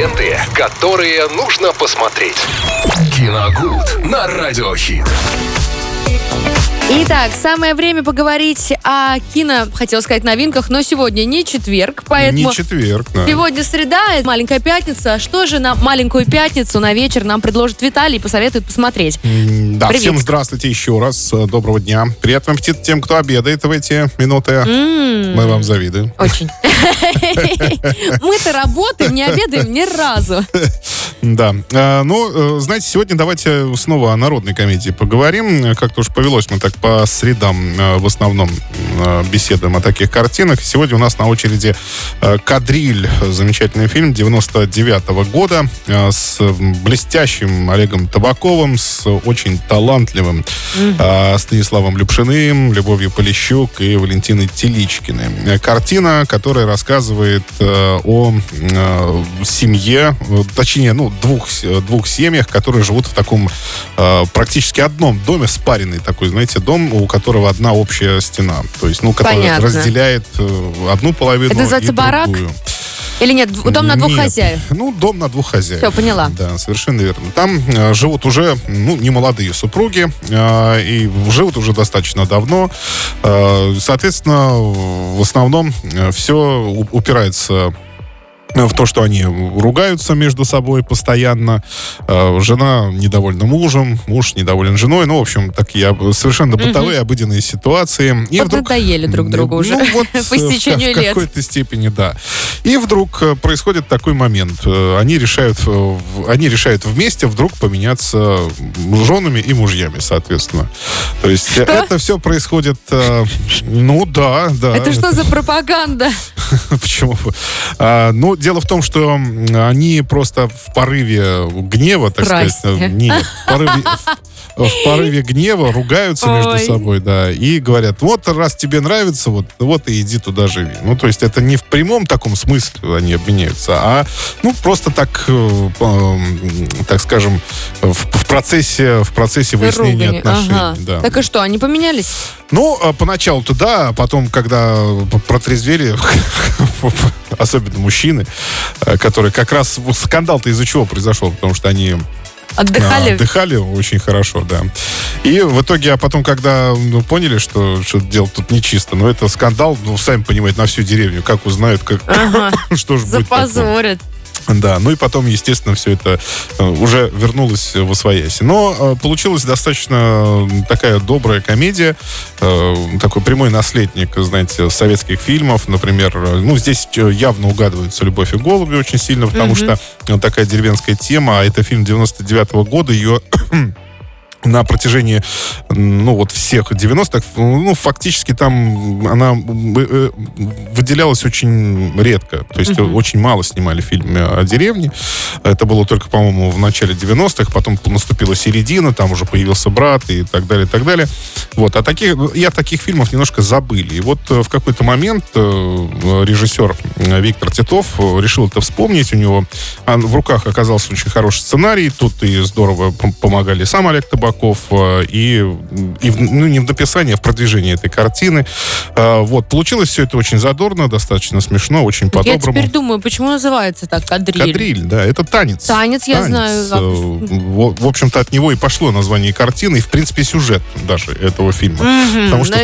ленты, которые нужно посмотреть. Киногуд на Радиохит. Итак, самое время поговорить о кино, хотела сказать, новинках, но сегодня не четверг, поэтому... Не четверг, да. Сегодня среда, маленькая пятница. Что же на маленькую пятницу на вечер нам предложит Виталий и посоветует посмотреть? Да, Привет. всем здравствуйте еще раз. Доброго дня. Приятного аппетита тем, кто обедает в эти минуты. Мы вам завидуем. Очень. Мы-то работаем, не обедаем ни разу. Да. Ну, знаете, сегодня давайте снова о народной комедии поговорим. Как-то уж повелось, мы так по средам в основном беседуем о таких картинах. Сегодня у нас на очереди «Кадриль». Замечательный фильм 99-го года с блестящим Олегом Табаковым, с очень талантливым Станиславом Любшиным, Любовью Полищук и Валентиной Теличкиной. Картина, которая рассказывает о семье, точнее, двух семьях, которые живут в таком практически одном доме, спаренный такой, знаете, дом, у которого одна общая стена. То есть, которая разделяет одну половину и другую. Это называется барак? Или нет, дом на двух хозяев? Дом на двух хозяев. Все, поняла. Да, совершенно верно. Там живут уже, немолодые супруги, и живут уже достаточно давно. Соответственно, в основном все упирается в то, что они ругаются между собой постоянно. Жена недовольна мужем, муж недоволен женой. В общем, такие совершенно бытовые, обыденные ситуации. И вдруг надоели друг другу уже по истечению лет. В какой-то степени, да. И вдруг происходит такой момент. Они решают вместе вдруг поменяться женами и мужьями, соответственно. То есть это все происходит... да. Это что за пропаганда? Почему? Дело в том, что они просто в порыве гнева, так сказать... Нет, в порыве гнева ругаются между собой, да, и говорят, вот раз тебе нравится, вот и иди туда живи. То есть это не в прямом таком смысле они обменяются, а просто так скажем, в процессе выяснения отношений. Ага. Да. Так и что, они поменялись? Поначалу-то да, а потом, когда протрезвели, особенно мужчины, которые как раз... Скандал-то из-за чего произошел? Потому что они... Отдыхали очень хорошо, да. И в итоге, а потом, когда поняли, что дело тут нечисто, это скандал, сами понимаете, на всю деревню. Как узнают, что же будет такое. Запозорят. Да, и потом, естественно, все это уже вернулось в освояси. Но получилась достаточно такая добрая комедия, такой прямой наследник, знаете, советских фильмов, например. Здесь явно угадывается «Любовь и голуби» очень сильно, потому что такая деревенская тема, а это фильм 99-го года, ее... на протяжении, всех 90-х, фактически там она выделялась очень редко. То есть очень мало снимали фильмы о деревне. Это было только, по-моему, в начале 90-х. Потом наступила середина, там уже появился брат и так далее, и так далее. И о таких фильмах немножко забыли. И в какой-то момент режиссер Виктор Титов решил это вспомнить. У него в руках оказался очень хороший сценарий. Тут и здорово помогали сам Олег Табаков, и не в написании, а в продвижении этой картины. Получилось все это очень задорно, достаточно смешно, очень по-доброму. Я теперь думаю, почему называется так «Кадриль»? Кадриль, да, это танец. Танец, я знаю. В общем-то, от него и пошло название картины, и, в принципе, сюжет даже этого фильма. Потому что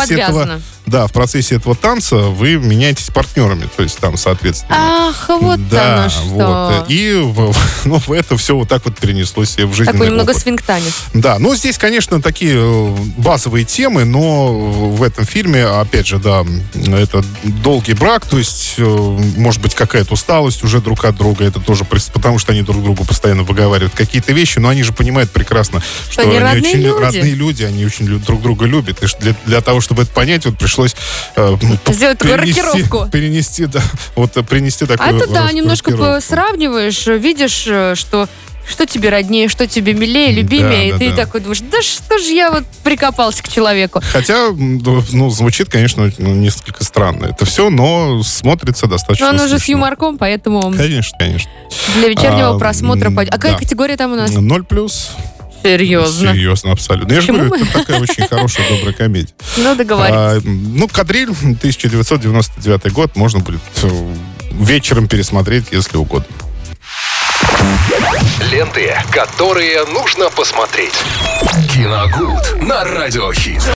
в процессе этого танца вы меняетесь партнерами, то есть там, соответственно. Ах, вот да, оно что. И это все вот так вот перенеслось в жизненный Такой немного опыт. свинг-танец. Да, здесь, конечно, такие базовые темы, но в этом фильме, опять же, да, это долгий брак, то есть, может быть, какая-то усталость уже друг от друга, это тоже потому, что они друг другу постоянно выговаривают какие-то вещи, но они же понимают прекрасно, что они очень родные люди, они очень друг друга любят, и для того, чтобы это понять, пришлось сделать такую рокировку. Принести такую А это, да, немножко сравниваешь, видишь, что тебе роднее, что тебе милее, любимее, и ты такой думаешь, да что ж я прикопался к человеку. Хотя, звучит, конечно, несколько странно это все, но смотрится достаточно Но оно же с смешно. юморком, поэтому... Конечно. Для вечернего просмотра... А какая категория там у нас? 0+. Серьезно, абсолютно. Я же говорю, это такая очень хорошая, добрая комедия. Договорились. «Кадриль», 1999 год, можно будет вечером пересмотреть, если угодно. Ленты, которые нужно посмотреть. Киногуд на Радиохит.